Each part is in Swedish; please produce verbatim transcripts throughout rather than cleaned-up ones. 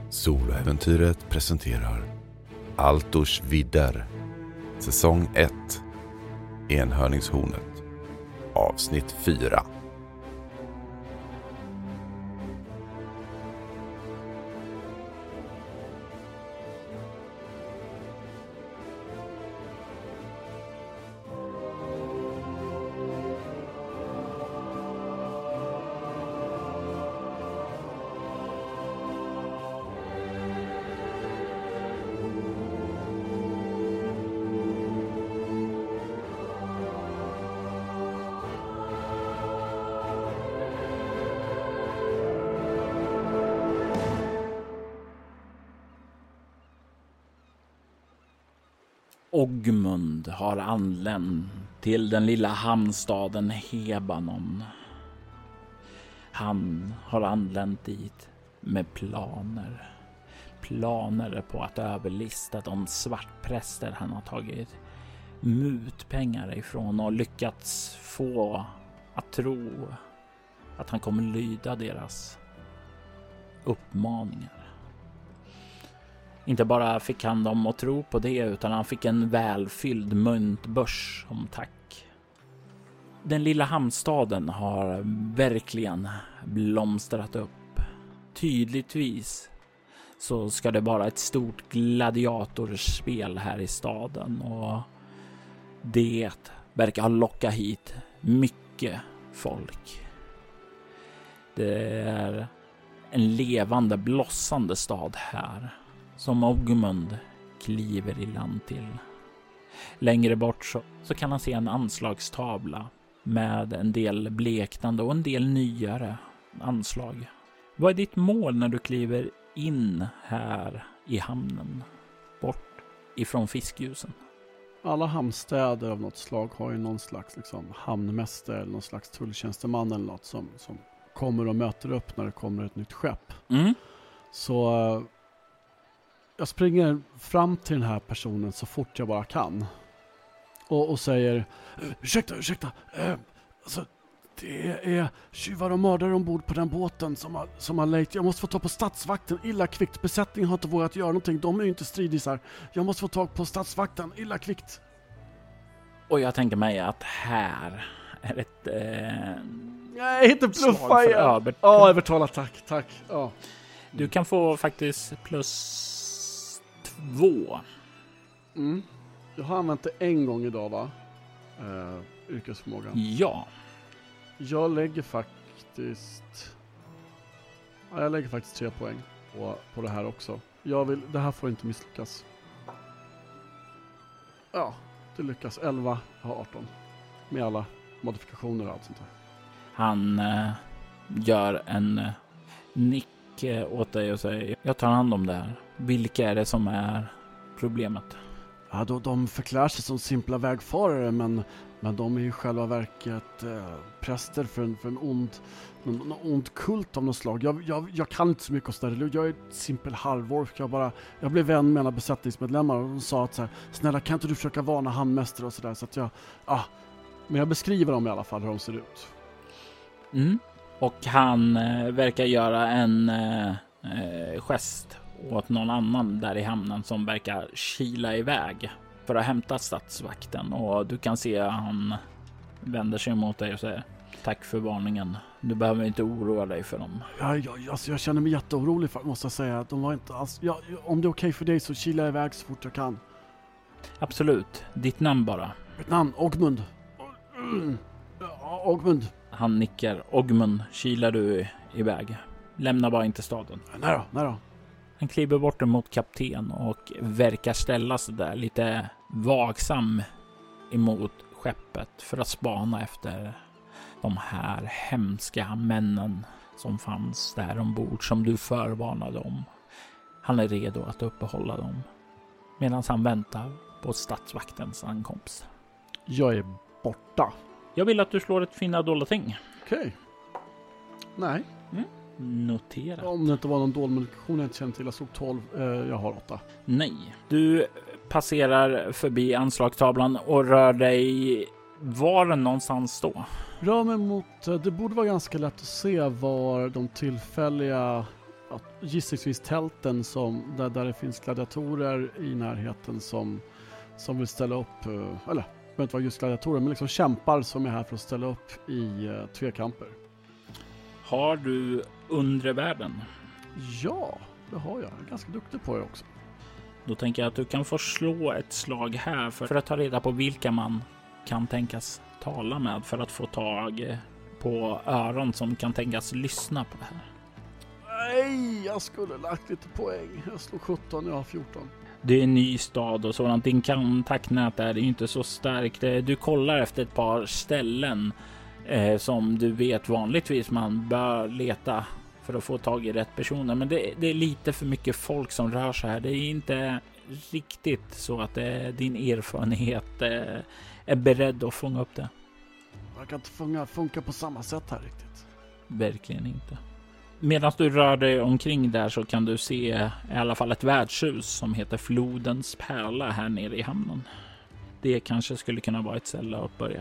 Soloäventyret presenterar Altors vidder, säsong ett, Enhörningshornet, avsnitt fyra. Ogmund har anlänt till den lilla hamnstaden Hebanon. Han har anlänt dit med planer. Planer på att överlista de svartpräster han har tagit mutpengar ifrån och lyckats få att tro att han kommer lyda deras uppmaningar. Inte bara fick han dem att tro på det, utan han fick en välfylld myntbörs som tack. Den lilla hamnstaden har verkligen blomstrat upp. Tydligtvis så ska det vara ett stort gladiatorspel här i staden, och det verkar ha lockat hit mycket folk. Det är en levande, blossande stad här som Ogmund kliver i land till. Längre bort så, så kan han se en anslagstavla med en del bleknande och en del nyare anslag. Vad är ditt mål när du kliver in här i hamnen, bort ifrån fiskljusen? Alla hamnstäder av något slag har ju någon slags liksom, hamnmästare eller någon slags tulltjänsteman eller något som, som kommer och möter upp när det kommer ett nytt skepp. Mm. Så jag springer fram till den här personen så fort jag bara kan. Och, och säger, ursäkta, ursäkta. Eh, alltså, det är tjuvar och mördare ombord på den båten som har, som har lejt. Jag måste få tag på stadsvakten, illa kvickt. Besättningen har inte vågat göra någonting. De är ju inte stridisar. Jag måste få tag på stadsvakten, illa kvickt. Och jag tänker mig att här är ett... Eh, Nej, inte pluffa igen. Ja, oh, övertala, tack, tack. Oh. Du kan få faktiskt plus två. Mm. Jag har använt det en gång idag, va? Uh, yrkesförmågan. Ja. Jag lägger faktiskt... Ja, jag lägger faktiskt tre poäng på, på det här också. Jag vill... Det här får inte misslyckas. Ja, det lyckas. elva, jag har arton. Med alla modifikationer och allt sånt där. Han uh, gör en uh, nick åt dig och säger, jag tar hand om det här. Vilka är det som är problemet? Ja, då, de förklär sig som simpla vägfarare, men, men de är ju själva verket eh, präster för en, för en ond, en, en ond kult av något slag. Jag, jag, jag kan inte så mycket om sådär. Jag är ett simpel halvår. Jag, bara, jag blev vän med en besättningsmedlemmar och de sa att så här, snälla, kan inte du försöka varna handmästare och sådär. Så att jag, ah, men jag beskriver dem i alla fall hur de ser ut. Mm. Och han eh, verkar göra en eh, eh, gest åt någon annan där i hamnen som verkar kila iväg för att hämta stadsvakten. Och du kan se att han vänder sig mot dig och säger, tack för varningen. Du behöver inte oroa dig för dem. Ja, jag, alltså jag känner mig jätteorolig, för, måste jag säga. De var inte alls, ja, om det är okej för dig så kila iväg så fort jag kan. Absolut. Ditt namn bara. Mitt namn, Ogmund. Mm. Ja, Ogmund. Han nickar. Ogmund, kilar du iväg. Lämna bara inte staden. Nej då, nej då. Han kliver bort mot kapten och verkar ställa sig där lite vaksam emot skeppet för att spana efter de här hemska männen som fanns där ombord som du förvarnade om. Han är redo att uppehålla dem medan han väntar på stadsvaktens ankomst. Jag är borta. Jag vill att du slår ett finna dolda ting. Okej. Okay. Nej. Mm. Notera. Om det inte var någon dold modifikation jag inte känner till. Jag såg tolv. Eh, jag har åtta. Nej. Du passerar förbi anslagstavlan och rör dig var någonstans då? Rör mig mot... Det borde vara ganska lätt att se var de tillfälliga ja, gissningsvis tälten som, där, där det finns gladiatorer i närheten som, som vill ställa upp, uh, eller det behöver inte vara just gladiatorer, men liksom kämpar som är här för att ställa upp i uh, tvekamper. Har du undre världen? Ja, det har jag. Jag är ganska duktig på det också. Då tänker jag att du kan få slå ett slag här för, för att ta reda på vilka man kan tänkas tala med för att få tag på öron som kan tänkas lyssna på det här. Nej, jag skulle lagt lite poäng. Jag slog sjutton, jag har fjorton. Det är en ny stad och sådant. Din kontaktnät är inte så starkt. Du kollar efter ett par ställen eh, som du vet vanligtvis man bör leta för att få tag i rätt personer. Men det, det är lite för mycket folk som rör sig här. Det är inte riktigt så att det, din erfarenhet eh, är beredd att fånga upp det. Jag kan inte funka, funka på samma sätt här riktigt. Verkligen inte. Medan du rör dig omkring där så kan du se i alla fall ett värdshus som heter Flodens Pärla här nere i hamnen. Det kanske skulle kunna vara ett ställe att börja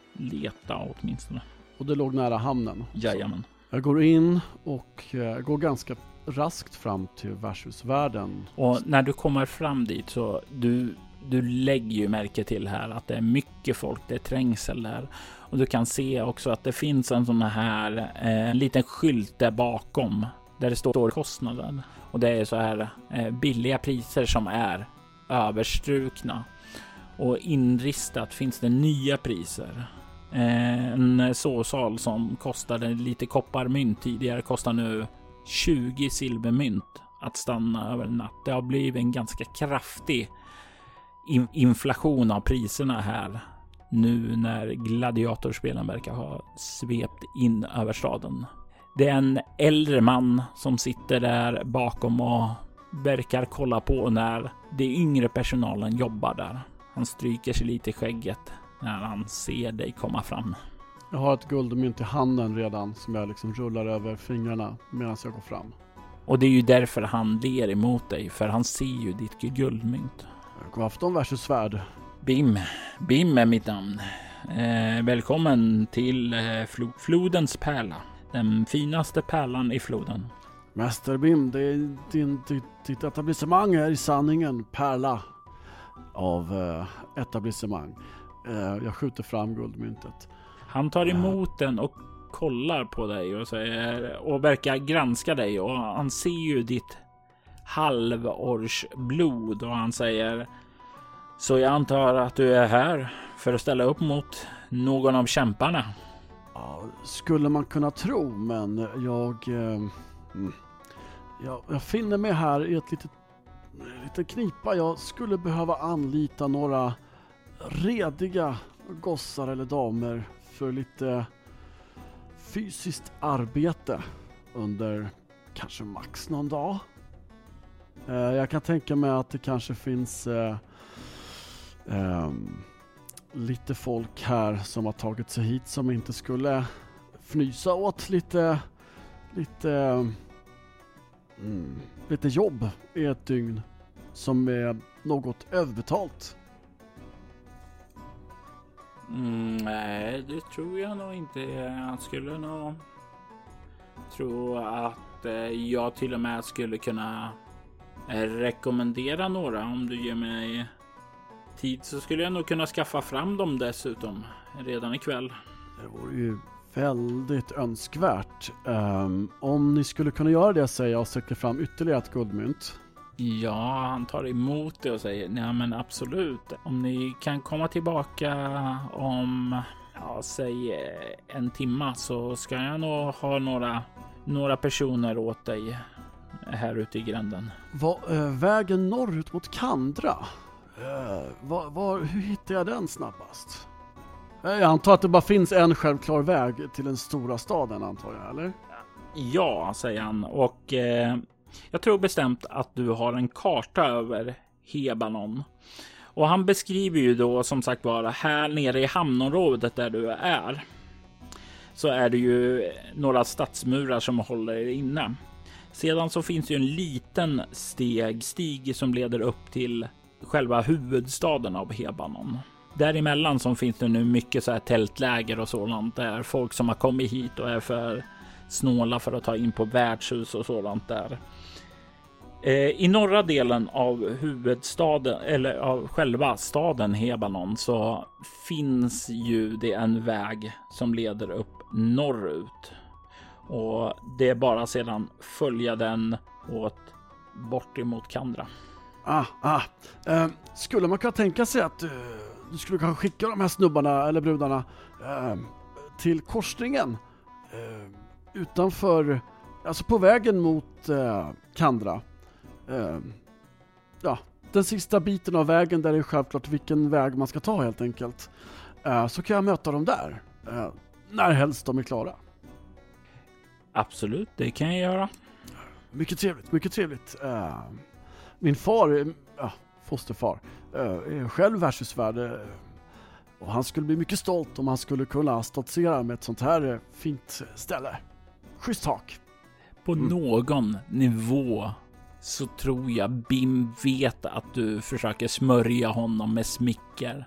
leta åtminstone. Och det låg nära hamnen? Jajamän. Jag går in och uh, går ganska raskt fram till värdshusvärden. Och när du kommer fram dit så du, du lägger ju märke till här att det är mycket folk, det är trängsel där. Och du kan se också att det finns en sån här eh, en liten skylt där bakom där det står kostnaden. Och det är så här eh, billiga priser som är överstrukna. Och inristat finns det nya priser. Eh, en såsal som kostade lite kopparmynt tidigare kostar nu tjugo silvermynt att stanna över en natt. Det har blivit en ganska kraftig in- inflation av priserna här. Nu när gladiatorspelen verkar ha svept in över staden. Det är en äldre man som sitter där bakom och verkar kolla på när det yngre personalen jobbar där. Han stryker sig lite i skägget när han ser dig komma fram. Jag har ett guldmynt i handen redan som jag liksom rullar över fingrarna medan jag går fram. Och det är ju därför han ler emot dig, för han ser ju ditt guldmynt. God afton värdshusvärd. Bim, Bim är mitt namn. Eh, välkommen till eh, Flo- Flodens Pärla. Den finaste pärlan i floden. Mäster Bim, det är din, ditt, ditt etablissemang är i sanningen pärla av eh, etablissemang. Eh, jag skjuter fram guldmyntet. Han tar emot den och kollar på dig och, säger, och verkar granska dig. Och han ser ju ditt halvårs blod och han säger: så jag antar att du är här för att ställa upp mot någon av kämparna. Ja, skulle man kunna tro, men jag, eh, jag, jag finner mig här i ett litet, litet knipa. Jag skulle behöva anlita några rediga gossar eller damer för lite fysiskt arbete under kanske max någon dag. Eh, jag kan tänka mig att det kanske finns eh, eh, lite folk här som har tagit sig hit som inte skulle fnysa åt lite lite mm, lite jobb i ett dygn som är något överbetalt. Mm, nej, det tror jag nog inte. Jag skulle nog tro att eh, jag till och med skulle kunna eh, rekommendera några. Om du ger mig tid så skulle jag nog kunna skaffa fram dem dessutom redan ikväll. Det vore ju väldigt önskvärt. Um, om ni skulle kunna göra det, säger jag och sträcker fram ytterligare ett guldmynt. Ja, han tar emot det och säger: nej men absolut. Om ni kan komma tillbaka om, ja, säg en timma så ska jag nog ha några, några personer åt dig här ute i gränden. Va, äh, vägen norrut mot Kandra? Äh, va, va, hur hittar jag den snabbast? Äh, jag antar att det bara finns en självklar väg till den stora staden, antar jag, eller? Ja, säger han. Och eh, jag tror bestämt att du har en karta över Hebanon. Och han beskriver ju då som sagt bara här nere i hamnområdet där du är. Så är det ju några stadsmurar som håller er inne. Sedan så finns det ju en liten steg, stig som leder upp till själva huvudstaden av Hebanon. Däremellan så finns det nu mycket så här tältläger och sådant där folk som har kommit hit och är för snåla för att ta in på värdshus och sådant där. I norra delen av huvudstaden, eller av själva staden Hebanon, så finns ju det en väg som leder upp norrut. Och det är bara sedan följa den åt bort emot Kandra. Ah, ah. Eh, skulle man kunna tänka sig att uh, du skulle kunna skicka de här snubbarna eller brudarna uh, till korsningen uh, utanför, alltså på vägen mot uh, Kandra. Uh, ja, den sista biten av vägen där det är självklart vilken väg man ska ta helt enkelt. Uh, så kan jag möta dem där uh, när helst de är klara. Absolut, det kan jag göra. Mycket trevligt, mycket trevligt. Uh, min far, ja, fosterfar, uh, är själv värdshusvärd uh, och han skulle bli mycket stolt om han skulle kunna stoltsera med ett sånt här uh, fint ställe. Schysst tak. På mm. någon nivå så tror jag Bim vet att du försöker smörja honom med smicker.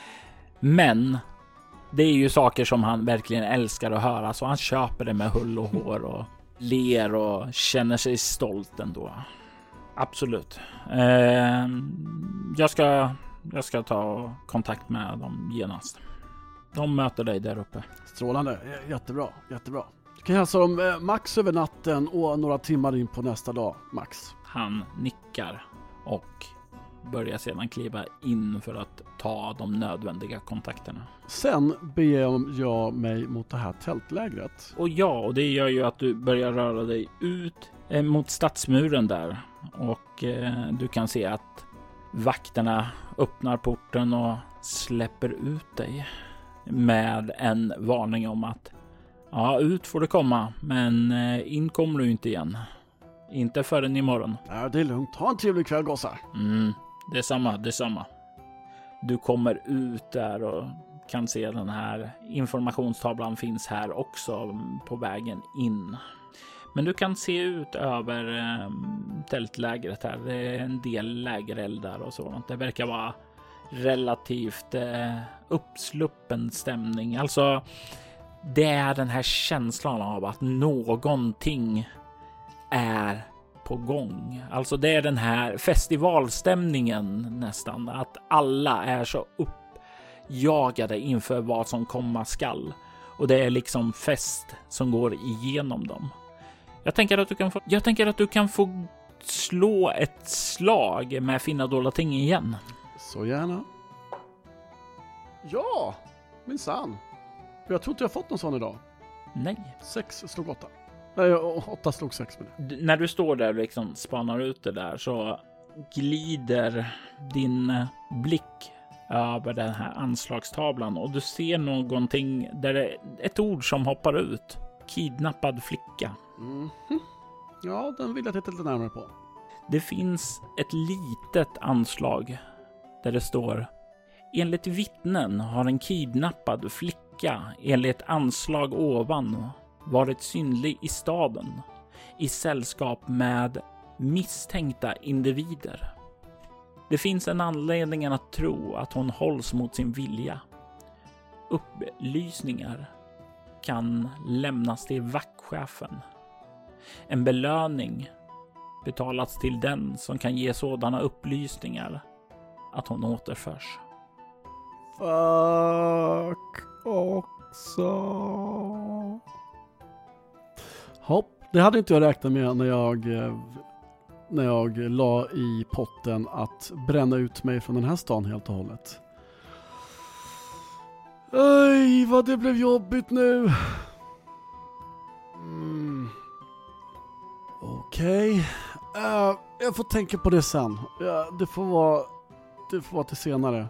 Men det är ju saker som han verkligen älskar att höra, så han köper det med hull och hår och ler och känner sig stolt ändå. Absolut. Eh, jag ska jag ska ta kontakt med dem genast. De möter dig där uppe. Strålande. Jättebra. Jättebra. Du kan hälsa dem max över natten och några timmar in på nästa dag. Max. Han nickar och börjar sedan kliva in för att ta de nödvändiga kontakterna. Sen beger jag mig mot det här tältlägret. Och ja, och det gör ju att du börjar röra dig ut eh, mot stadsmuren där. Och eh, du kan se att vakterna öppnar porten och släpper ut dig med en varning om att ja, ut får du komma, men eh, in kommer du inte igen. Inte förrän imorgon. Ja, det är lugnt. Ha en trevlig kväll, gossar. Mm, det är samma, det är samma. Du kommer ut där och kan se den här informationstavlan finns här också på vägen in. Men du kan se ut över eh, tältlägret här. Det är en del lägereldar och sådant. Det verkar vara relativt eh, uppsluppen stämning. Alltså, det är den här känslan av att någonting är på gång. Alltså det är den här festivalstämningen nästan. Att alla är så uppjagade inför vad som komma skall. Och det är liksom fest som går igenom dem. Jag tänker att du kan få, jag tänker att du kan få slå ett slag med finna dolda ting igen. Så gärna. Ja, minsann. Jag tror inte jag fått någon sån idag. Nej. Sex slog åtta. Nej, åtta slog sex. D- när du står där och liksom spanar ut det där så glider din blick över den här anslagstavlan och du ser någonting där det är ett ord som hoppar ut. Kidnappad flicka. Mm. Ja, den vill jag titta lite närmare på. Det finns ett litet anslag där det står: enligt vittnen har en kidnappad flicka enligt anslag ovan varit synlig i staden i sällskap med misstänkta individer. Det finns en anledning att tro att hon hålls mot sin vilja. Upplysningar kan lämnas till vaktchefen. En belöning betalas till den som kan ge sådana upplysningar att hon återförs. Fuck också. Hopp, det hade inte jag räknat med när jag när jag la i potten att bränna ut mig från den här stan helt och hållet. Oj, vad det blev jobbigt nu. Mm. Okej. Okay. Uh, jag får tänka på det sen. Uh, det får vara det får vara till senare.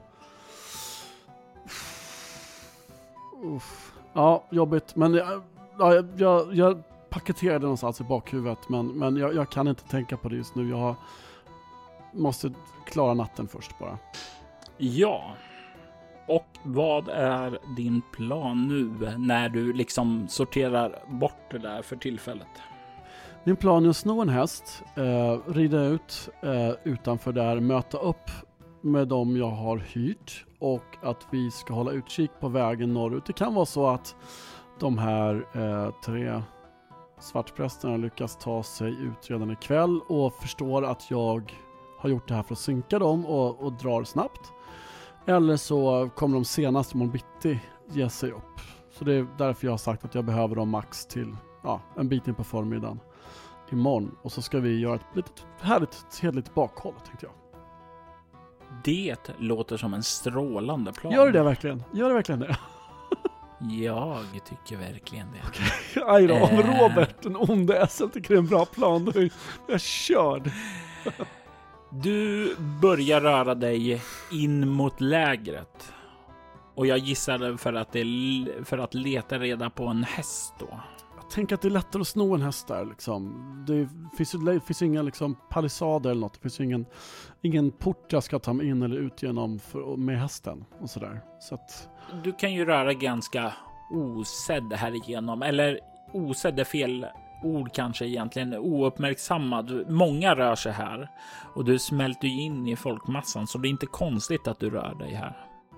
Uff. Ja, jobbigt. Men jag, ja, jag, jag paketerade någonstans i bakhuvudet. Men, men jag, jag kan inte tänka på det just nu. Jag måste klara natten först bara. Ja. Och vad är din plan nu när du liksom sorterar bort det där för tillfället? Min plan är att sno en häst, eh, rida ut eh, utanför där, möta upp med dem jag har hyrt och att vi ska hålla utkik på vägen norrut. Det kan vara så att de här eh, tre svartprästerna lyckas ta sig ut redan ikväll och förstår att jag har gjort det här för att synka dem och, och drar snabbt. Eller så kommer de senast imorgon bitti ge sig upp. Så det är därför jag har sagt att jag behöver dem max till ja, en bit in på förmiddagen imorgon. Och så ska vi göra ett litet härligt, hedligt bakhåll, tänkte jag. Det låter som en strålande plan. Gör det verkligen? Gör det verkligen det? Jag tycker verkligen det. Okay. Aj då, om äh... Robert, den onde S L, tycker det är en bra plan, då är jag körd. Du börjar röra dig in mot lägret. Och jag gissade för att, det, för att leta reda på en häst då. Jag tänker att det är lättare att sno en häst där. Liksom. Det finns ju det finns inga liksom, palissader eller något. Det finns ju ingen, ingen port jag ska ta mig in eller ut genom för, med hästen och sådär. Så att... Du kan ju röra ganska osedd här igenom. Eller osedd är fel ord kanske egentligen. Ouppmärksammad. Många rör sig här. Och du smälter ju in i folkmassan. Så det är inte konstigt att du rör dig här.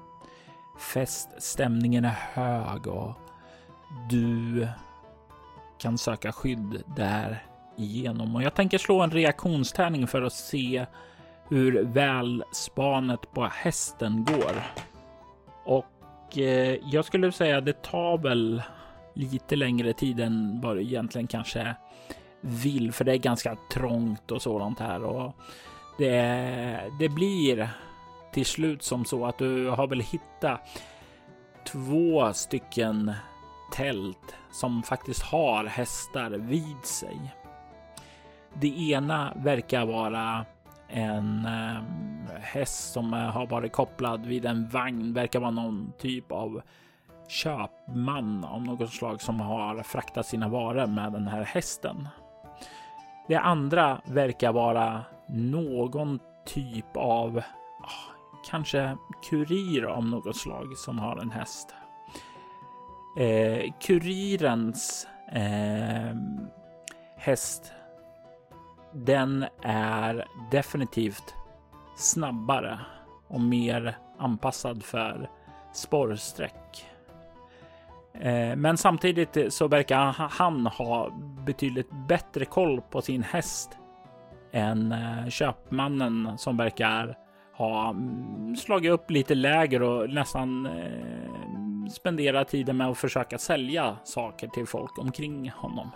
Feststämningen är hög och du kan söka skydd där igenom. Och jag tänker slå en reaktionstärning för att se hur väl spanet på hästen går. Och eh, jag skulle säga att det tar väl lite längre tid än vad det egentligen kanske vill. För det är ganska trångt och sådant här. Och det, det blir till slut som så att du har väl hittat två stycken tält som faktiskt har hästar vid sig. Det ena verkar vara en eh, häst som har varit kopplad vid en vagn. Verkar vara någon typ av köpman av något slag som har fraktat sina varor med den här hästen. Det andra verkar vara någon typ av oh, kanske kurir av något slag som har en häst. Eh, kurirens eh, häst, den är definitivt snabbare och mer anpassad för spårsträck. Eh, men samtidigt så verkar han ha betydligt bättre koll på sin häst än eh, köpmannen som verkar ha slagit upp lite läger och nästan eh, spendera tiden med att försöka sälja saker till folk omkring honom.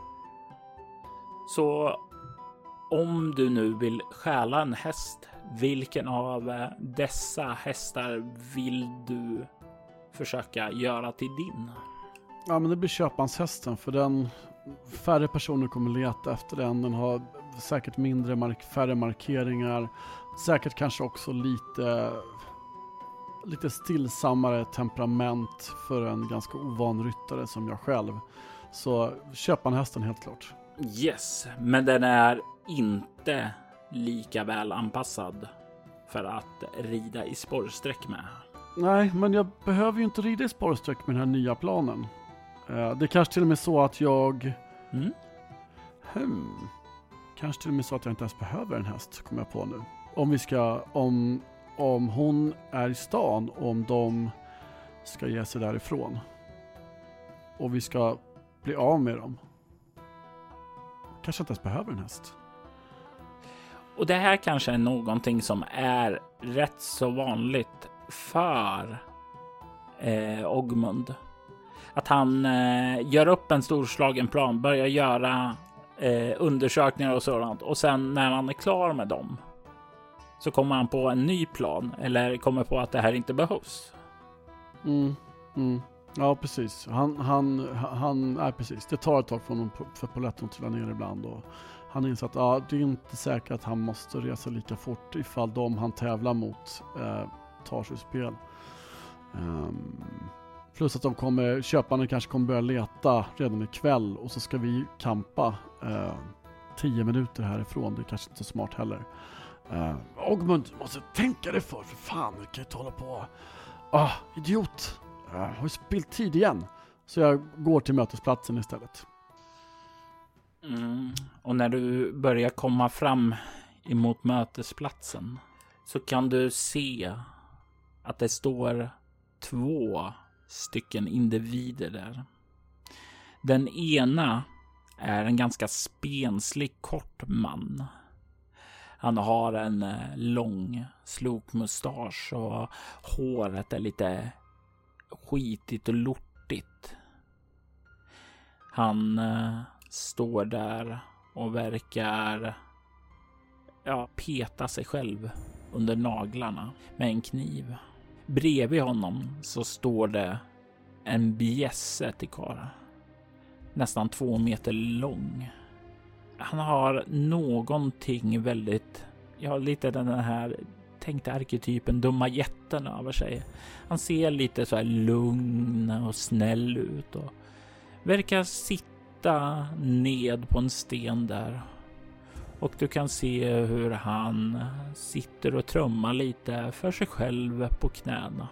Så om du nu vill stjäla en häst, vilken av dessa hästar vill du försöka göra till din? Ja, men det blir köpanshästen, för den färre personer kommer leta efter den. Den har säkert mindre mark- färre markeringar. Säkert kanske också lite lite stillsammare temperament för en ganska ovan ryttare som jag själv. Så köpanhästen helt klart. Yes, men den är inte lika väl anpassad för att rida i spårsträck med. Nej, men jag behöver ju inte rida i spårsträck med den här nya planen. Det är kanske till och med så att jag... Mm. Hmm. Kanske till och med så att jag inte ens behöver en häst, kommer jag på nu. Om vi ska... Om, om hon är i stan och om de ska ge sig därifrån. Och vi ska bli av med dem. Kanske inte ens behöver en häst. Och det här kanske är någonting som är rätt så vanligt för eh, Ogmund. Att han eh, gör upp en storslagen plan, börjar göra eh, undersökningar och sådant. Och sen när han är klar med dem så kommer han på en ny plan eller kommer på att det här inte behövs. Mm, mm. Ja, precis. Han, han, han är precis. Det tar ett tag för honom för polletten att trilla ner ibland. Och han inser att ja, det är inte säkert att han måste resa lika fort ifall de han tävlar mot eh, tar sig spel. Um, plus att de kommer, köparna kanske kommer börja leta redan ikväll och så ska vi kampa eh, tio minuter härifrån. Det är kanske inte så smart heller. Uh, Ogmund, måste tänka dig för, för fan, du kan ju inte hålla på. Ah, idiot. Jag har ju spilt tid igen. Så jag går till mötesplatsen istället. Mm. Och när du börjar komma fram emot mötesplatsen så kan du se att det står två stycken individer där. Den ena är en ganska spenslig kort man. Han har en lång slokmustasch och håret är lite skitigt och lortigt. Han äh, står där och verkar ja, peta sig själv under naglarna med en kniv. Bredvid honom så står det en bjässe till karl. Nästan två meter lång. Han har någonting väldigt, ja lite den här tänkte arketypen dumma jätten över sig. Han ser lite så här lugn och snäll ut och verkar sitta ned på en sten där. Och du kan se hur han sitter och trummar lite för sig själv på knäna.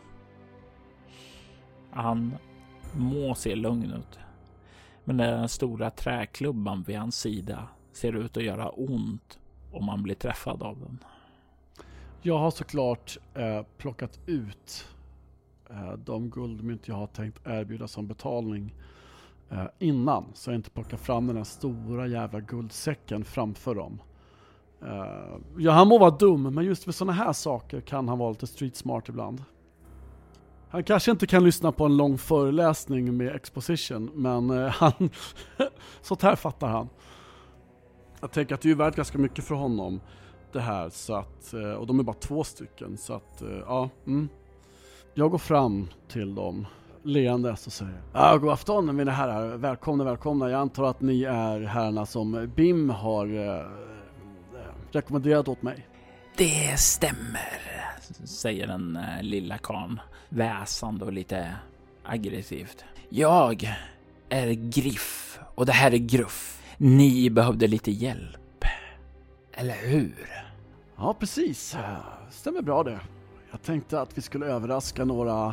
Han må se lugn ut. Men den stora träklubban vid hans sida ser ut att göra ont om man blir träffad av den. Jag har såklart eh, plockat ut eh, de guldmynt jag har tänkt erbjuda som betalning eh, innan. Så jag inte plockar fram den här stora jävla guldsäcken framför dem. Eh, ja, han må vara dum, men just för såna här saker kan han vara lite street smart ibland. Han kanske inte kan lyssna på en lång föreläsning med exposition, men eh, han sånt här fattar han. Jag tänker att det är värt ganska mycket för honom det här, så att, och de är bara två stycken, så att ja, mm. Jag går fram till dem leendes och säger: ja, god afton mina herrar, välkomna, välkomna. Jag antar att ni är herrarna som Bim har eh, rekommenderat åt mig. Det stämmer, säger den eh, lilla karln, väsande och lite aggressivt. Jag är Griff och det här är Gruff. Ni behövde lite hjälp, eller hur? Ja, precis. Stämmer bra det. Jag tänkte att vi skulle överraska några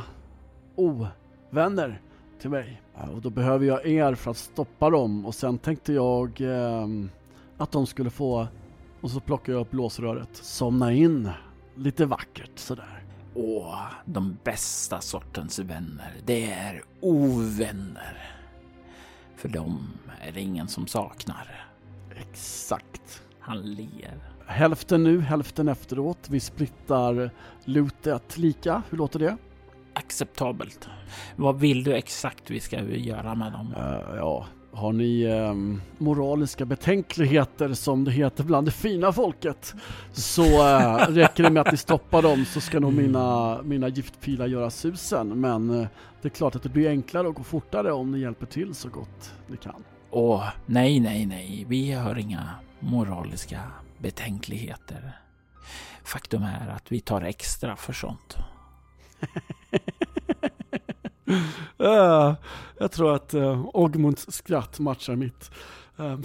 ovänner till mig. Och då behöver jag er för att stoppa dem. Och sen tänkte jag eh, att de skulle få, och så plockar jag upp blåsröret, somna in lite vackert sådär. Åh, de bästa sortens vänner, det är ovänner. För dem är det ingen som saknar. Exakt. Han ler. Hälften nu, hälften efteråt. Vi splittar lootet lika. Hur låter det? Acceptabelt. Vad vill du exakt vi ska göra med dem? Uh, ja, har ni um, moraliska betänkligheter som det heter bland det fina folket, så uh, räcker det med att ni stoppar dem, så ska nog mina, mina giftpilar göra susen. Men uh, det är klart att det blir enklare och gå fortare om ni hjälper till så gott ni kan. Åh, nej, nej, nej. Vi har inga moraliska betänkligheter. Faktum är att vi tar extra för sånt. uh, jag tror att uh, Ogmunds skratt matchar mitt. Uh,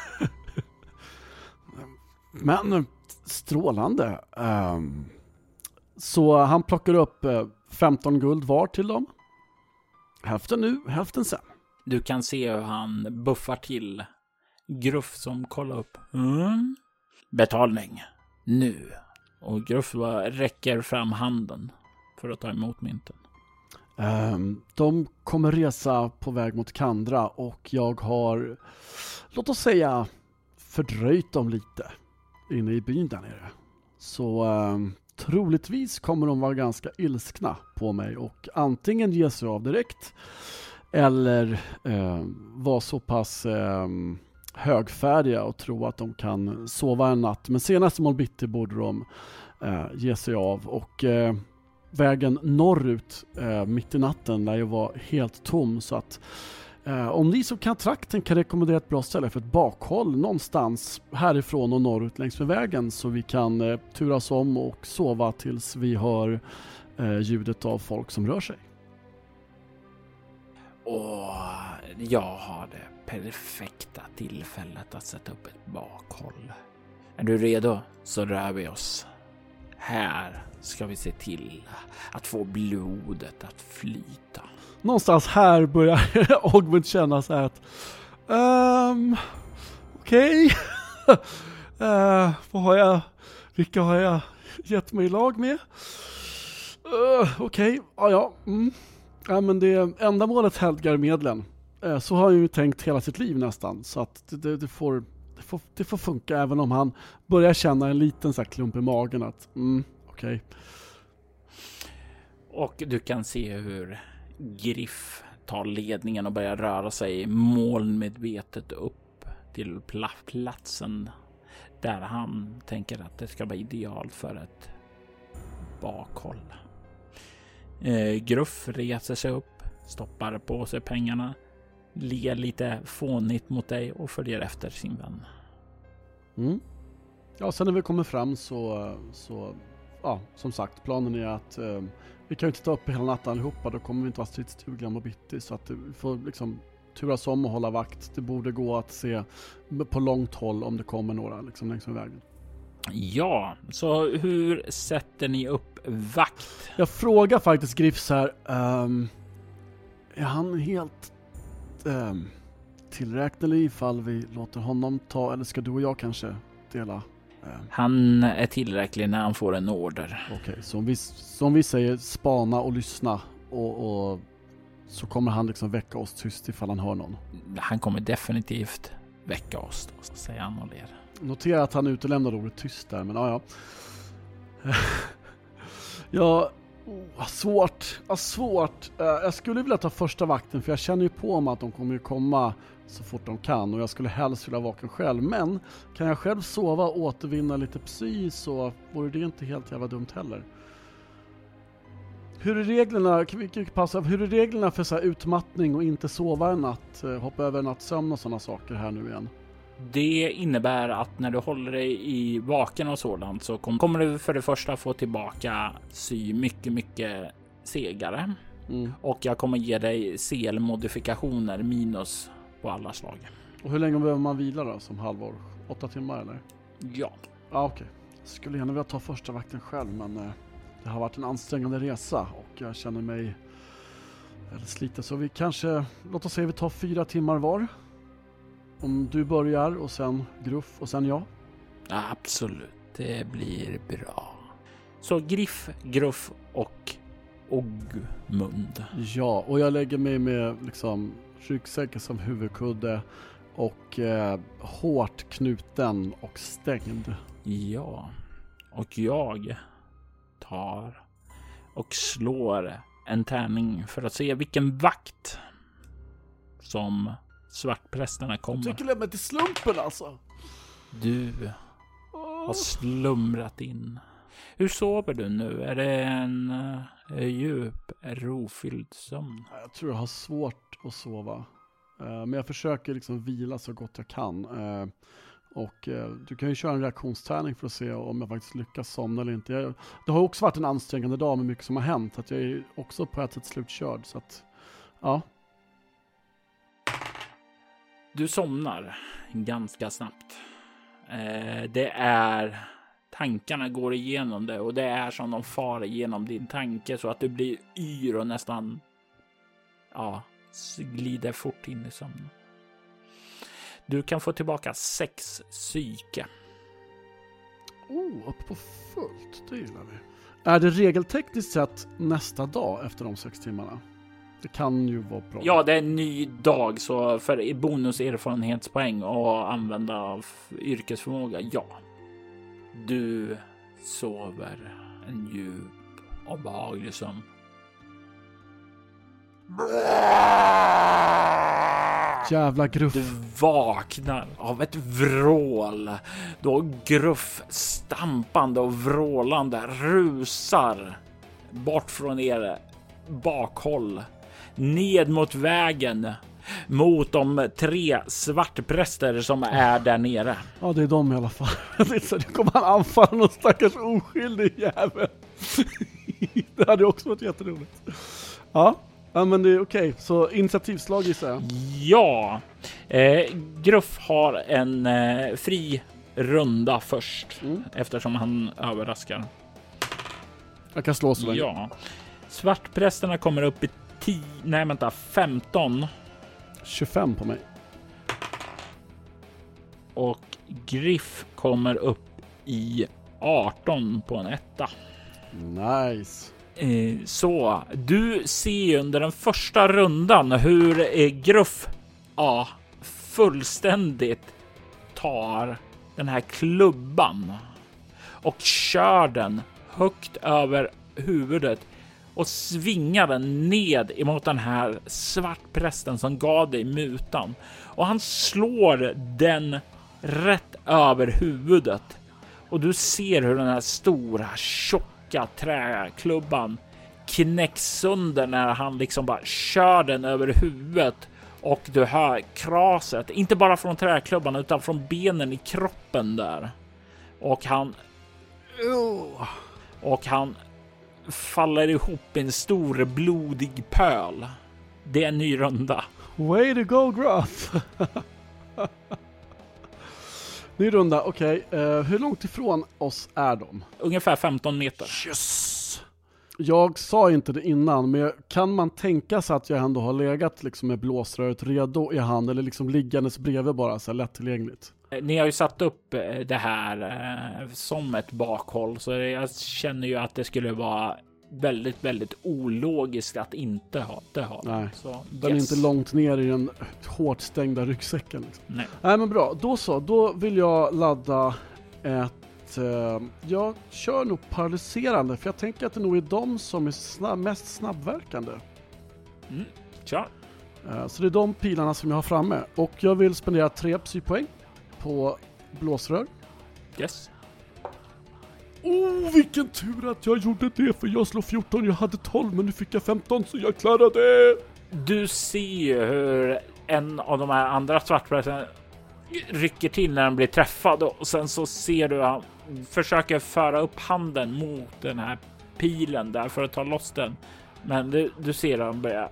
men strålande. Uh, så han plockar upp uh, femton guld var till dem. Hälften nu, hälften sen. Du kan se hur han buffar till Gruff som kollar upp. Mm. Betalning. Nu. Och Gruff räcker fram handen för att ta emot mynten. Um, de kommer resa på väg mot Kandra och jag har, låt oss säga, fördröjt dem lite inne i byn där nere. Så um, troligtvis kommer de vara ganska ilskna på mig och antingen ge sig av direkt eller eh, vara så pass eh, högfärdiga och tro att de kan sova en natt. Men senast imorgon bitti borde de eh, ge sig av. Och eh, vägen norrut eh, mitt i natten lär ju vara helt tom. Så att eh, om ni som kan trakten kan rekommendera ett bra ställe för ett bakhåll någonstans härifrån och norrut längs med vägen, så vi kan eh, turas om och sova tills vi hör eh, ljudet av folk som rör sig. Och jag har det perfekta tillfället att sätta upp ett bakhåll. Är du redo så rör vi oss. Här ska vi se till att få blodet att flyta. Någonstans här börjar Ogmund känna så här att um, okej okay. uh, vad har jag, vilka har jag gett mig i lag med? Uh, okej, okay. ja ja mm. Ja, men det ändamålet helgar medlen. Eh, så har han ju tänkt hela sitt liv nästan. Så att det, det, det, får, det, får, det får funka även om han börjar känna en liten så här klump i magen att mm, okej. Okay. Och du kan se hur Griff tar ledningen och börjar röra sig målmedvetet upp till platsen där han tänker att det ska vara idealt för ett bakhåll. Eh, Gruff reser sig upp, stoppar på sig pengarna, ler lite fånigt mot dig och följer efter sin vän. Mm. Ja, sen när vi kommer fram så, så ja, som sagt, planen är att eh, vi kan ju inte ta upp hela natten allihopa, då kommer vi inte vara stridsdugliga och bitti, så att vi får liksom turas om och hålla vakt. Det borde gå att se på långt håll om det kommer några liksom längs med vägen. Ja, så hur sätter ni upp vakt? Jag frågar faktiskt Griff så här, um, är han helt um, tillräknelig ifall vi låter honom ta, eller ska du och jag kanske dela? Um. Han är tillräcklig när han får en order. Okej, okay, så om vi, som vi säger, spana och lyssna och, och så kommer han liksom väcka oss tyst ifall han hör någon. Han kommer definitivt väcka oss, då, säger han och ler. Notera att han utelämnade ordet tyst där, men ja, ja. ja, oh, svårt, ja, svårt. Uh, jag skulle vilja ta första vakten, för jag känner ju på mig att de kommer ju komma så fort de kan, och jag skulle helst vilja vaken själv. Men kan jag själv sova och återvinna lite psy, så vore det inte helt jävla dumt heller. Hur är reglerna, kan vi passa, hur är reglerna för så här utmattning och inte sova en natt, hoppa över nattsömn och sådana saker här nu igen? Det innebär att när du håller dig i vaken och sådant så kom, kommer du för det första få tillbaka sy mycket, mycket segare. Mm. Och jag kommer ge dig C L-modifikationer minus på alla slag. Och hur länge behöver man vila då som halvår? Åtta timmar eller? Ja. Ah, okej. Okay. Jag skulle gärna vilja ta första vakten själv, men eh, det har varit en ansträngande resa och jag känner mig väldigt sliten. Så vi kanske, låt oss säga vi tar fyra timmar var. Om du börjar och sen Gruff och sen jag. Absolut, det blir bra. Så Griff, Gruff och Ogmund. Ja, och jag lägger mig med liksom ryggsäcken som huvudkudde och eh, hårt knuten och stängd. Ja, och jag tar och slår en tärning för att se vilken vakt som svartprästerna kommer. Jag tycker lämna till slumpen alltså. Du har slumrat in. Hur sover du nu? Är det en uh, djup, rofylld sömn? Jag tror jag har svårt att sova. Uh, men jag försöker liksom vila så gott jag kan. Uh, och uh, du kan ju köra en reaktionstärning för att se om jag faktiskt lyckas somna eller inte. Jag, det har också varit en ansträngande dag med mycket som har hänt. Att jag är också på ett sätt slutkörd. Så att, ja. Du somnar ganska snabbt. Uh, det är... Tankarna går igenom det och det är som de far igenom din tanke så att du blir yr och nästan ja, glider fort in i sömnen. Du kan få tillbaka sex psyke. Oh, upp på fullt, det gillar vi. Är det regeltekniskt sett nästa dag efter de sex timmarna? Det kan ju vara bra. Ja, det är en ny dag, så för bonuserfarenhetspoäng och använda av yrkesförmåga, ja. Du sover en djup och behaglig sömn. Jävla Gruff. Du vaknar av ett vrål. Då Gruff stampande och vrålande rusar bort från er bakhåll. Ned mot vägen. Mot de tre svartpräster som är där nere. Ja, det är de i alla fall. Nu kommer han anfalla någon stackars oskyldig jävel. Det hade också varit jätteroligt. Ja, ja men det är okej. Okay. Så initiativslag gissar jag. Ja. Eh, Gruff har en eh, fri runda först. Mm. Eftersom han överraskar. Jag kan slå så länge. Ja. Svartprästerna kommer upp i tio, nej vänta, femton. tjugofem på mig. Och Griff kommer upp i arton på en etta. Nice. Eh, så, du ser under den första rundan hur eh, Gruff ja, fullständigt tar den här klubban och kör den högt över huvudet och svingar den ned emot den här svartprästen som gav dig mutan. Och han slår den rätt över huvudet. Och du ser hur den här stora, tjocka träklubban knäcks sönder när han liksom bara kör den över huvudet. Och du hör kraset, inte bara från träklubban utan från benen i kroppen där. Och han... Och han faller ihop i en stor blodig pöl. Det är en ny runda. Way to go, Gruff! Ny runda, okej. Okay. Uh, hur långt ifrån oss är de? Ungefär femton meter. Yes! Jag sa inte det innan, men kan man tänka sig att jag ändå har legat liksom med blåsröret redo i hand eller liksom liggandes bredvid bara så här lättillgängligt? Ni har ju satt upp det här eh, som ett bakhåll, så jag känner ju att det skulle vara väldigt, väldigt ologiskt att inte ha det. Ha. Nej, så, den yes. är inte långt ner i den hårt stängda ryggsäcken. Liksom. Nej. Nej, men bra. Då så, då vill jag ladda ett... Eh, jag kör nog paralyserande, för jag tänker att det nog är de som är snabb, mest snabbverkande. Mm, kör. Eh, så det är de pilarna som jag har framme. Och jag vill spendera tre psypoäng på blåsrör. Yes. Oh, vilken tur att jag gjorde det, för jag slår fjorton, jag hade tolv, men nu fick jag femton, så jag klarade. Du ser hur en av de här andra svartprästerna rycker till när den blir träffad, och sen så ser du att han försöker föra upp handen mot den här pilen där för att ta loss den. Men du, du ser att han börjar...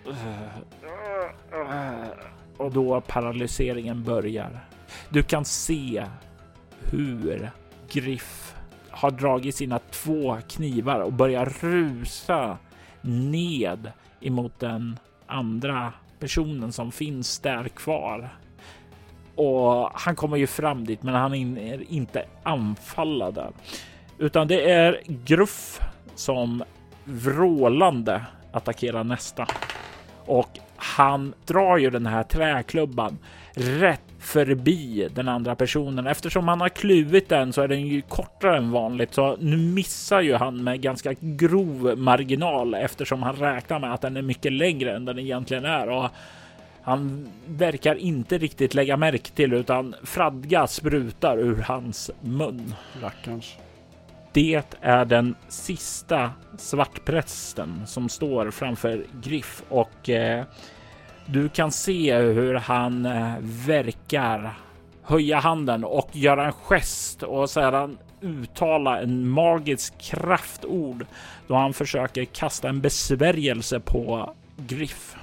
Och då paralyseringen börjar. Du kan se hur Griff har dragit sina två knivar och börjar rusa ned emot den andra personen som finns där kvar. Och han kommer ju fram dit, men han är inte anfallande. Utan det är Gruff som vrålande attackerar nästa. Och han drar ju den här träklubban rätt förbi den andra personen. Eftersom han har kluvit den så är den ju kortare än vanligt. Så nu missar ju han med ganska grov marginal, eftersom han räknar med att den är mycket längre än den egentligen är. Och han verkar inte riktigt lägga märke till, utan fradga sprutar ur hans mun. Rackarns. Det är den sista svartprästen som står framför Griff, och eh, du kan se hur han eh, verkar höja handen och göra en gest, och sedan uttala en magisk kraftord då han försöker kasta en besvärjelse på Griff.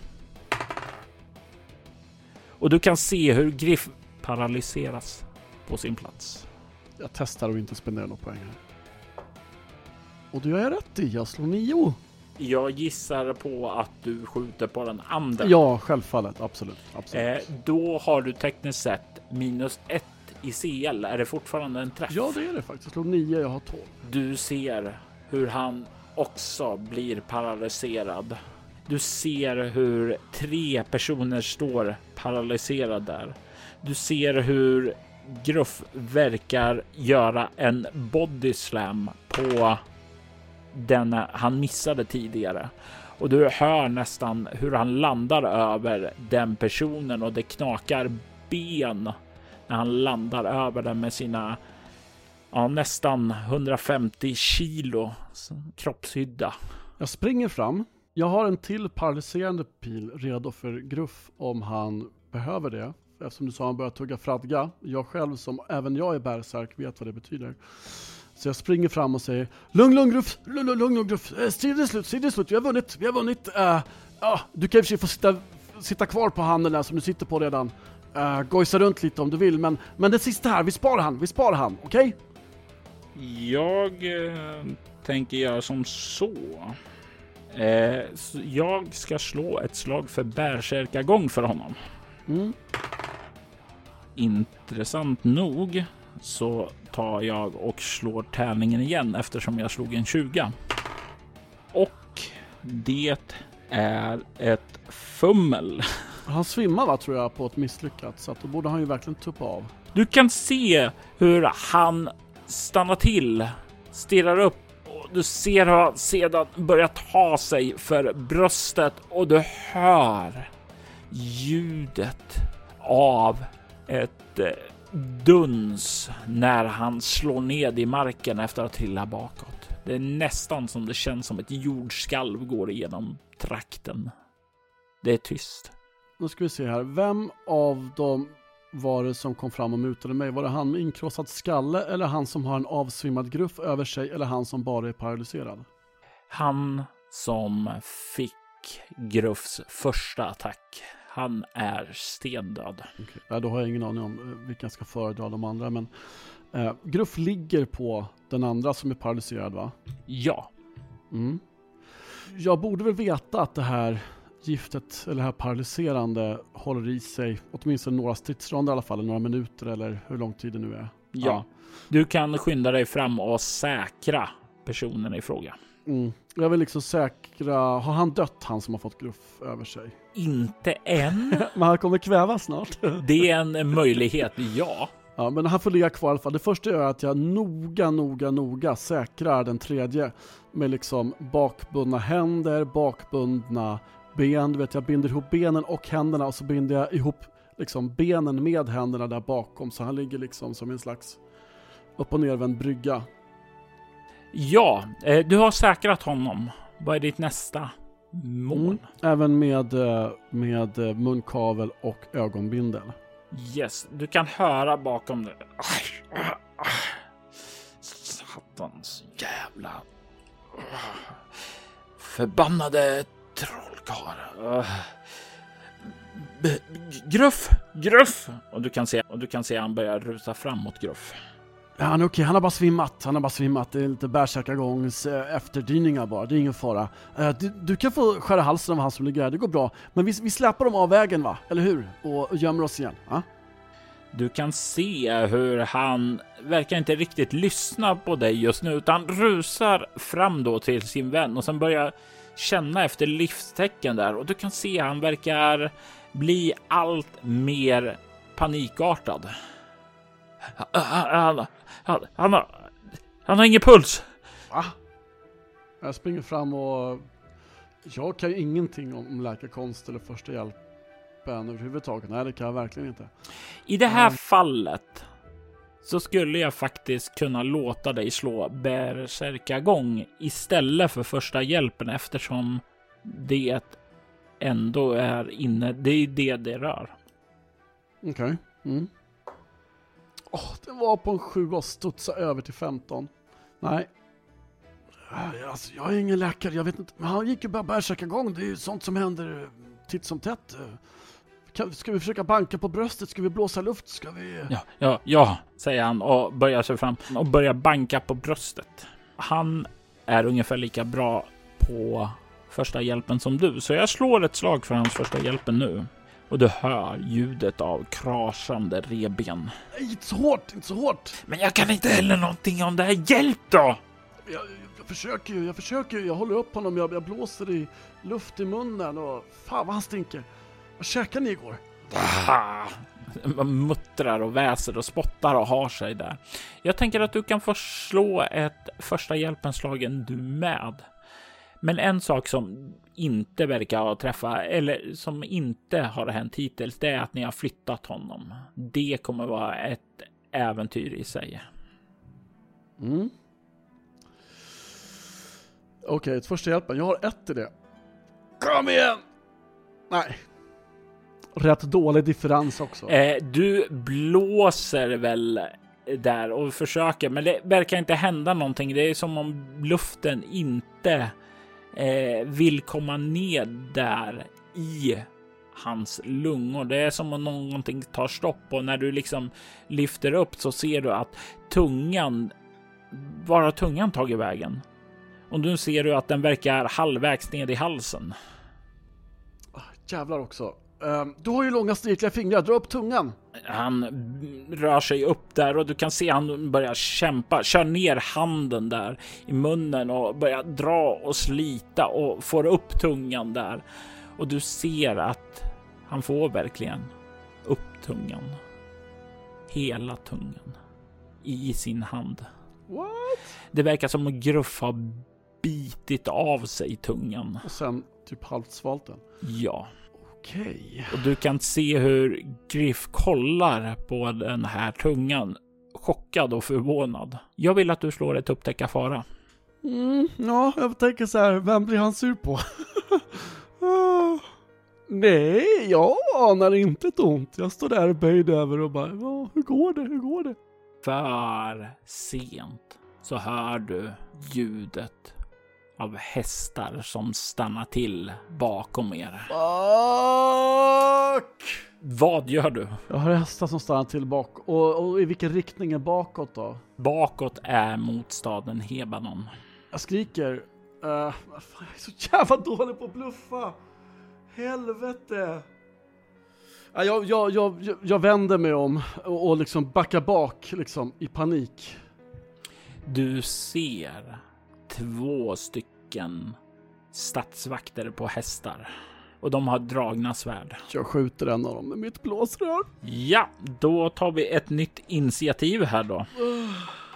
Och du kan se hur Griff paralyseras på sin plats. Jag testar att inte spendera några poäng här. Och du är rätt i, jag slår nio. Jag gissar på att du skjuter på den andra. Ja, självfallet, absolut. absolut. Eh, då har du tekniskt sett minus ett i C L. Är det fortfarande en träff? Ja, det är det faktiskt. Jag slår nio, jag har tolv. Du ser hur han också blir paralyserad. Du ser hur tre personer står paralyserade där. Du ser hur Gruff verkar göra en body slam på den han missade tidigare. Och du hör nästan hur han landar över den personen, och det knakar ben när han landar över den med sina ja, nästan hundrafemtio kilo kroppshydda. Jag springer fram. Jag har en till paralyserande pil redo för Gruff om han behöver det. Eftersom du sa han börjar tugga fradga. Jag själv, som även jag är bärsärk, vet vad det betyder. Så jag springer fram och säger: Lugn, lugn, Gruff, lugn, lugn, lugn, Gruff. Striden är slut, striden är slut, vi har vunnit, vi har vunnit. Uh, uh, du kan i och för sig få sitta, sitta kvar på handen där som du sitter på redan. Uh, gojsa runt lite om du vill, men, men det sista här, vi sparar han, vi sparar han, okej? Okay? Jag eh, tänker göra som så. Eh, så. Jag ska slå ett slag för bärsärkagång för honom. Mm. Intressant nog så tar jag och slår tärningen igen, eftersom jag slog en tjugo. det är ett fummel. Han svimmar va, tror jag, på ett misslyckat. Så att då borde han ju verkligen tuppa av. Du kan se hur han stannar till, stirrar upp. Och du ser hur han sedan börjar ta sig för bröstet. Och du hör ljudet av ett duns när han slår ned i marken efter att trilla bakåt. Det är nästan som det känns som ett jordskalv går igenom trakten. Det är tyst. Nu ska vi se här. Vem av dem var det som kom fram och mutade mig? Var det han med inkrossad skalle, eller han som har en avsvimmad gruff över sig, eller han som bara är paralyserad? Han som fick Gruffs första attack. Han är stendöd. Okay. Ja, då har jag ingen aning om vilka jag ska föredra de andra. Men eh, Gruff ligger på den andra som är paralyserad, va? Ja. Mm. Jag borde väl veta att det här giftet, eller det här paralyserande, håller i sig åtminstone några stridsronder i alla fall, några minuter eller hur lång tid det nu är. Ja. ja. Du kan skynda dig fram och säkra personen i fråga. Mm. Jag vill liksom säkra, har han dött, han som har fått Gruff över sig? Inte än. Men han kommer kväva snart. Det är en möjlighet, ja. Ja, men han får ligga kvar i alla fall. Det första är att jag noga, noga, noga säkrar den tredje med liksom bakbundna händer, bakbundna ben. Du vet, jag binder ihop benen och händerna och så binder jag ihop liksom benen med händerna där bakom. Så han ligger liksom som en slags upp- och nervänd brygga. Ja, du har säkrat honom. Vad är ditt nästa mål? Mm. Även med, med munkavel och ögonbindel. Yes, du kan höra bakom det. Satans jävla förbannade trollkarl. Gruff, Gruff. Och du kan se och du kan se han börjar rusa fram mot Gruff. Ja, han är okej, han har bara svimmat. Han har bara svimmat. Det är lite bärsärkagångs efterdyningar bara. Det är ingen fara. Du, du kan få skära halsen av han som ligger här. Det går bra. Men vi, vi släpper dem av vägen, va? Eller hur? Och, och gömmer oss igen. Ja? Du kan se hur han verkar inte riktigt lyssna på dig just nu, utan rusar fram då till sin vän och sen börjar känna efter livstecken där. Och du kan se han verkar bli allt mer panikartad. Han, han, han, har, han har ingen puls. Va? Jag springer fram och jag kan ju ingenting om läkarkonst eller första hjälpen överhuvudtaget. Nej, det kan jag verkligen inte. I det här mm. fallet så skulle jag faktiskt kunna låta dig slå bärsärkagång istället för första hjälpen, eftersom det ändå är inne. Det är det det rör. Okej. Okay. Mm. Oh, det var på en sju och studsa över till femton. Nej. Alltså, jag är ingen läkare, jag vet inte. Men han gick ju bara bärsärkagång. Det är ju sånt som händer titt som tätt. Ska vi försöka banka på bröstet? Ska vi blåsa luft? Ska vi... Ja, ja, ja, säger han och börjar sig fram och börjar banka på bröstet. Han är ungefär lika bra på första hjälpen som du. Så jag slår ett slag för hans första hjälpen nu. Och du hör ljudet av krasande reben. Nej, inte så hårt, inte så hårt. Men jag kan inte heller någonting om det här. Hjälp då! Jag, jag försöker ju, jag försöker ju. Jag håller upp honom, jag, jag blåser i luft i munnen och fan vad han stinker. Vad käkade ni igår? Man muttrar och väser och spottar och har sig där. Jag tänker att du kan få slå ett första hjälpenslagen du med. Men en sak som inte verkar ha träffat, eller som inte har hänt hittills, det är att ni har flyttat honom. Det kommer vara ett äventyr i sig. Mm. Okej, okay, ett första hjälpen. Jag har ett i det. Kom igen! Nej. Rätt dålig differens också. Eh, du blåser väl där och försöker, men det verkar inte hända någonting. Det är som om luften inte eh, vill komma ned där i hans lungor. Det är som om någonting tar stopp, och när du liksom lyfter upp så ser du att tungan, var har tungan tagit vägen? Och nu ser du att den verkar halvvägs ned i halsen. Oh, jävlar också. Um, du har ju långa stirkliga fingrar, dra upp tungan. Han rör sig upp där och du kan se han börjar kämpa, kör ner handen där i munnen och börjar dra och slita och får upp tungan där. Och du ser att han får verkligen upp tungan. Hela tungan i sin hand. What? Det verkar som att Gruff har bitit av sig tungan. Och sen typ halvt svalt den. Ja. Okej. Och du kan se hur Griff kollar på den här tungan. Chockad och förvånad. Jag vill att du slår ett upptäcka fara. Mm, ja, jag tänker så här. Vem blir han sur på? uh, nej, jag anar inte ett ont. Jag står där böjd över och bara, ja, hur går det? Hur går det? För sent så hör du ljudet av hästar som stannar till bakom er. Fuck! Vad gör du? Jag har hästar som stannar till bak. Och, och i vilken riktning är bakåt då? Bakåt är mot staden Hebanon. Jag skriker. Uh, fan, jag är så jävla dålig på att bluffa. Helvete. Uh, jag, jag, jag, jag vänder mig om och, och liksom backar bak liksom, i panik. Du ser två stycken stadsvakter på hästar. Och de har dragna svärd. Jag skjuter en av dem med mitt blåsrör. Ja, då tar vi ett nytt initiativ här då. Uh,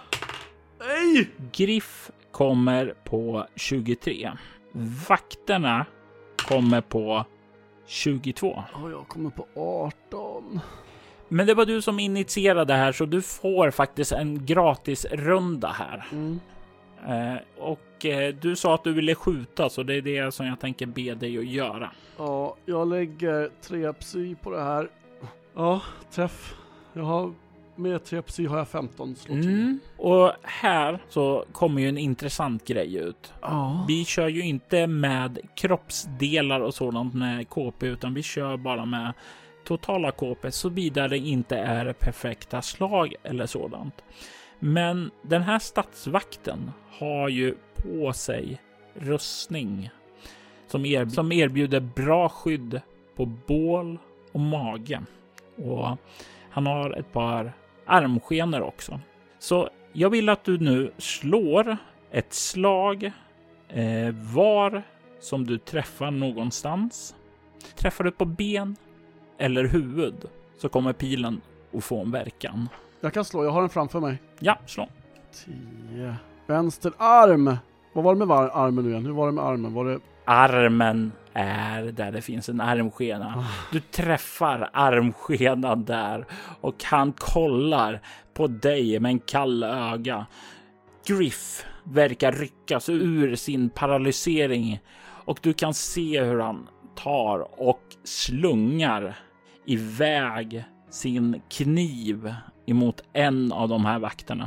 nej! Griff kommer på tjugotre. Vakterna kommer på tjugotvå. Oh, jag kommer på arton. Men det var du som initierade här, så du får faktiskt en gratis runda här. Mm. Eh, och eh, du sa att du ville skjuta, så det är det som jag tänker be dig att göra. Ja, jag lägger tre psy på det här. Ja, träff. Jag har, med tre psy har jag femton slår till. Mm. Och här så kommer ju en intressant grej ut. Ja. Vi kör ju inte med kroppsdelar och sådant med K P, utan vi kör bara med totala K P, så vidare det inte är perfekta slag eller sådant. Men den här stadsvakten har ju på sig rustning som, er, som erbjuder bra skydd på bål och mage. Och han har ett par armskenor också. Så jag vill att du nu slår ett slag eh, var som du träffar någonstans. Träffar du på ben eller huvud så kommer pilen att få en verkan. Jag kan slå, jag har den framför mig. Ja, slå. tio. Vänster arm. Vad var det med var- armen nu igen? Hur var det med armen? Var det... Armen är där det finns en armskena. Du träffar armskenan där och han kollar på dig med en kall öga. Griff verkar ryckas ur sin paralysering och du kan se hur han tar och slungar iväg sin kniv emot en av de här vakterna.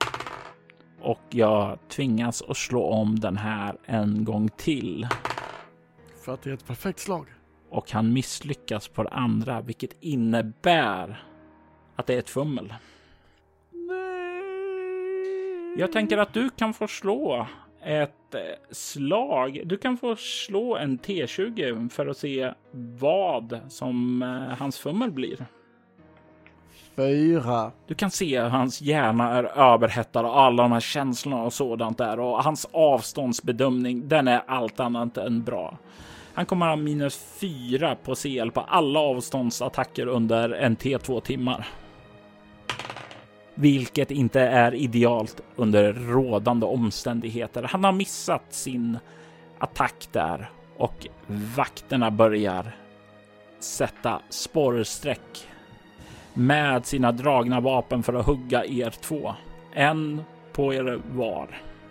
Och jag tvingas att slå om den här en gång till. För att det är ett perfekt slag. Och han misslyckas på det andra, vilket innebär att det är ett fummel. Nej. Jag tänker att du kan få slå ett slag. Du kan få slå en T tjugo för att se vad som hans fummel blir. Fyra. Du kan se hur hans hjärna är överhettad och alla de här känslorna och sådant där. Och hans avståndsbedömning, den är allt annat än bra. Han kommer ha minus fyra på C L på alla avståndsattacker under en T två timmar. Vilket inte är idealt under rådande omständigheter. Han har missat sin attack där. Och vakterna börjar sätta spårsträck med sina dragna vapen för att hugga er två. En på er var.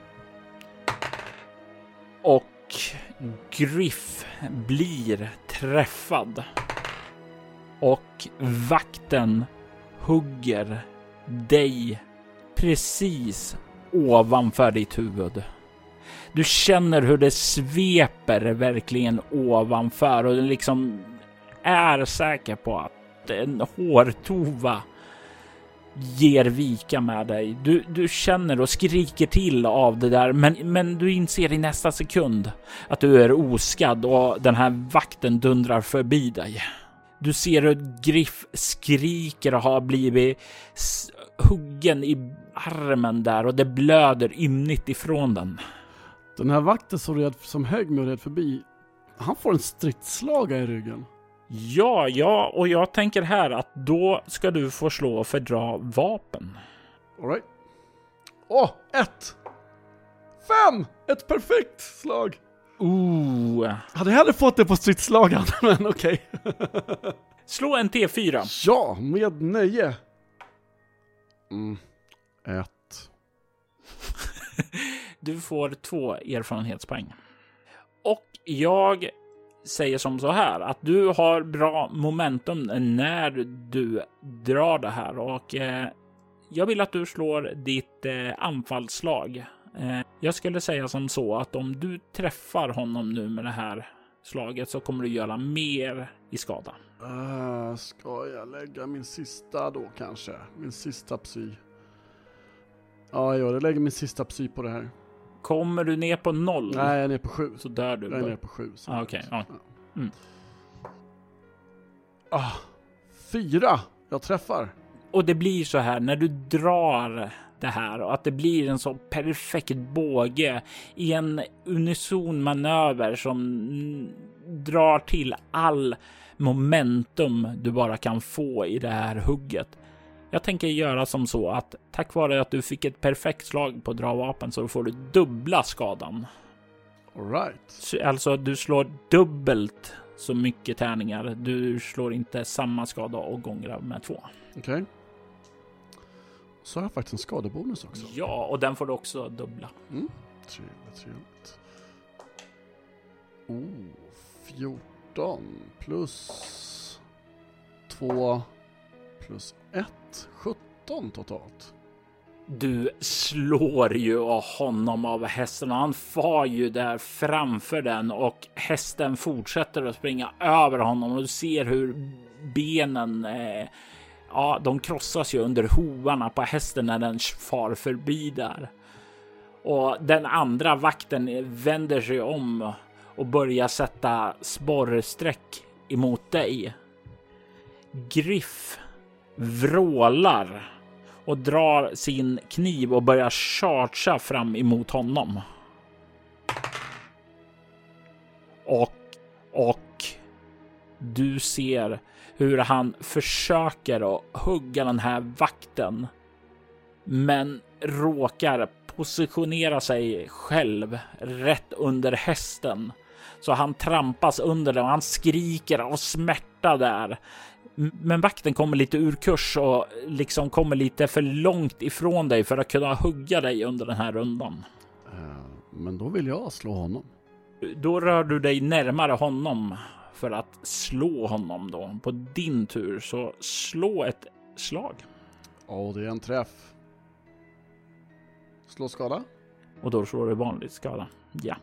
Och Griff blir träffad. Och vakten hugger dig precis ovanför ditt huvud. Du känner hur det sveper verkligen ovanför och du liksom är säker på att en hårtova ger vika med dig. Du, du känner och skriker till av det där, men, men du inser i nästa sekund att du är oskadd och den här vakten dundrar förbi dig. Du ser hur Griff skriker och har blivit huggen i armen där och det blöder ymnigt ifrån den. Den här vakten som, red, som högg mig och red förbi, han får en stridslaga i ryggen. Ja, ja, och jag tänker här att då ska du få slå och fördra vapen. All right. Åh, oh, ett! Fem! Ett perfekt slag! Ooh. Hade jag hellre fått det på stridslagan, men okej. Okay. Slå en T fyra. Ja, med nöje. Mm. Ett. Du får två erfarenhetspoäng. Och jag säger som så här att du har bra momentum när du drar det här. Och eh, jag vill att du slår ditt eh, anfallsslag. Eh, jag skulle säga som så att om du träffar honom nu med det här slaget så kommer du göra mer i skada. Uh, ska jag lägga min sista då kanske? Min sista psy. Ja, jag lägger min sista psy på det här. Kommer du ner på noll? Nej, jag är ner på sju. Så dör du. Jag är ner på sju. Ah, Okej, okay. ja. Mm. Ah, fyra. Jag träffar. Och det blir så här när du drar det här och att det blir en så perfekt båge i en unison manöver som drar till all momentum du bara kan få i det här hugget. Jag tänker göra som så att tack vare att du fick ett perfekt slag på dravapen så får du dubbla skadan. All right. Alltså du slår dubbelt så mycket tärningar. Du slår inte samma skada och gånger med två. Okej. Okay. Så har jag faktiskt en skadebonus också. Ja, och den får du också dubbla. Mm. Trevligt, trevligt. Oh, fjorton plus två plus ett. sjutton totalt. Du slår ju av honom av hästen och han far ju där framför den och hästen fortsätter att springa över honom och du ser hur benen eh, ja, de krossas ju under hovarna på hästen när den far förbi där. Och den andra vakten vänder sig om och börjar sätta sporrsträck emot dig. Griff vrålar och drar sin kniv och börjar chargea fram emot honom. Och, och du ser hur han försöker att hugga den här vakten men råkar positionera sig själv rätt under hästen. Så han trampas under den och han skriker av smärta där. Men vakten kommer lite ur kurs och liksom kommer lite för långt ifrån dig för att kunna hugga dig under den här rundan. Uh, men då vill jag slå honom. Då rör du dig närmare honom för att slå honom då. På din tur så slå ett slag. Ja, oh, det är en träff. Slå skada. Och då slår du vanligt skada. Ja.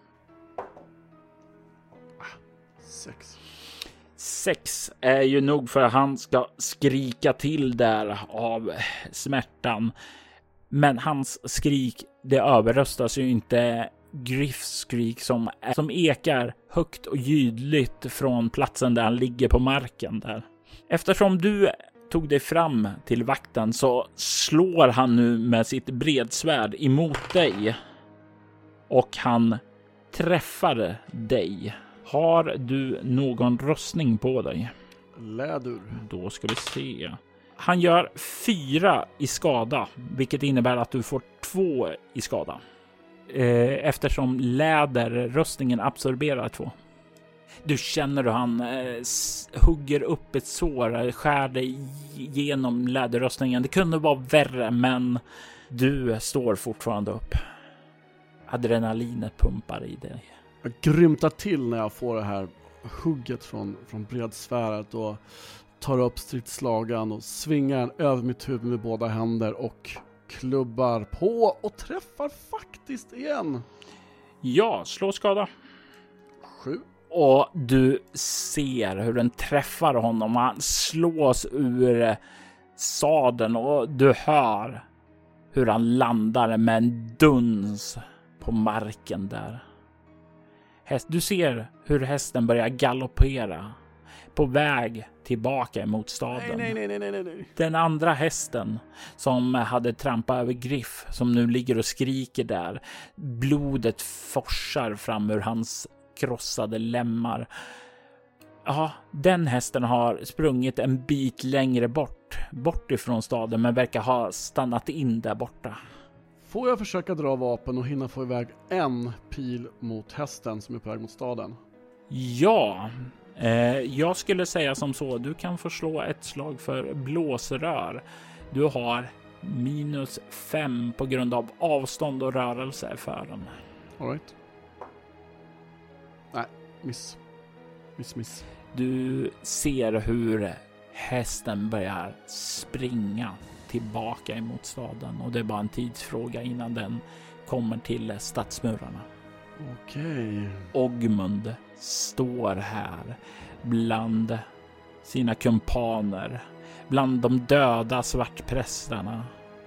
Sex. Sex är ju nog för att han ska skrika till där av smärtan. Men hans skrik, det överröstas ju inte Griffs skrik som, som ekar högt och ljudligt från platsen där han ligger på marken där. Eftersom du tog dig fram till vakten så slår han nu med sitt bredsvärd emot dig. Och han träffar dig. Har du någon rustning på dig? Läder. Då ska vi se. Han gör fyra i skada, vilket innebär att du får två i skada. Eh, eftersom läderrustningen absorberar två. Du känner hur han eh, hugger upp ett sår, skär dig genom läderrustningen. Det kunde vara värre, men du står fortfarande upp. Adrenalinet pumpar i dig. Jag grymtar till när jag får det här hugget från, från bredsvärdet och tar upp stridslagan och svingar den över mitt huvud med båda händer och klubbar på och träffar faktiskt igen. Ja, slå skada. Sju. Och du ser hur den träffar honom och han slås ur sadeln och du hör hur han landar med en duns på marken där. Du ser hur hästen börjar galoppera. på väg tillbaka emot staden. Nej, nej, nej, nej, nej, nej. Den andra hästen som hade trampat över Griff, som nu ligger och skriker där. Blodet forsar fram ur hans krossade lemmar. Ja, den hästen har sprungit en bit längre bort, bort ifrån staden, men verkar ha stannat in där borta. Får jag försöka dra vapen och hinna få iväg en pil mot hästen som är på väg mot staden? Ja, eh, jag skulle säga som så. Du kan få slå ett slag för blåsrör. Du har minus fem på grund av avstånd och rörelse för den. All right. Nej, miss. Miss, miss. Du ser hur hästen börjar springa tillbaka emot staden och det är bara en tidsfråga innan den kommer till stadsmurarna. Okej. Ogmund står här bland sina kumpaner, bland de döda svartprästerna.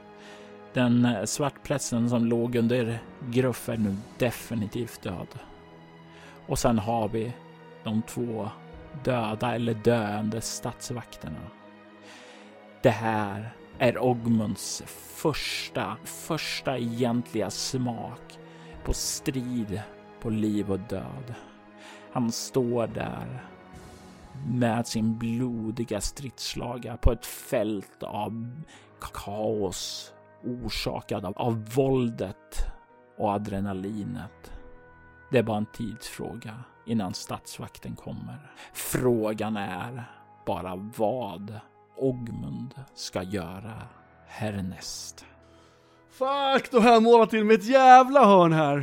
Den svartprästen som låg under Gruff är nu definitivt död. Och sen har vi de två döda eller döende stadsvakterna. Det här är Ogmunds första, första egentliga smak på strid på liv och död. Han står där med sin blodiga stridslaga på ett fält av kaos orsakad av, av våldet och adrenalinet. Det är bara en tidsfråga innan stadsvakten kommer. Frågan är bara vad Ogmund ska göra härnäst. Fuck, då har jag målat in med ett jävla hörn här.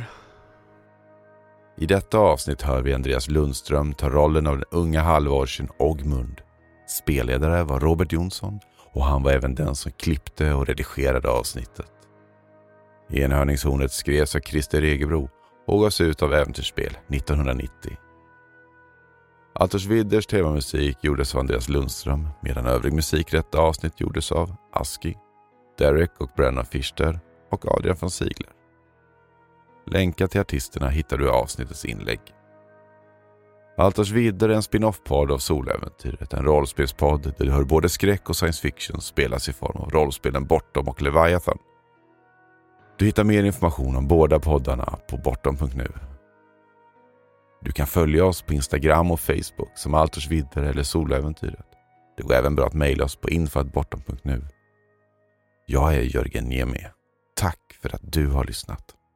I detta avsnitt hör vi Andreas Lundström ta rollen av den unga halvorchen Ogmund. Spelledare var Robert Jonsson och han var även den som klippte och redigerade avsnittet. Enhörningshornet skrevs av Christer Egebro och gavs ut av Äventyrsspel nittonhundranittio. Altors Vidders temamusik gjordes av Andreas Lundström, medan övrig musik i detta avsnitt gjordes av Aski, Derek och Brennan Fischer och Adrian von Ziegler. Länkar till artisterna hittar du i avsnittets inlägg. Altors Vidder är en spin-off-podd av Soläventyret, en rollspelspodd där du hör både skräck och science fiction spelas i form av rollspelen Bortom och Leviathan. Du hittar mer information om båda poddarna på bortom punkt nu. Du kan följa oss på Instagram och Facebook som Altors Vidder eller Soläventyret. Det går även bra att mejla oss på info at bortom punkt nu. Jag är Jörgen Niemi. Tack för att du har lyssnat.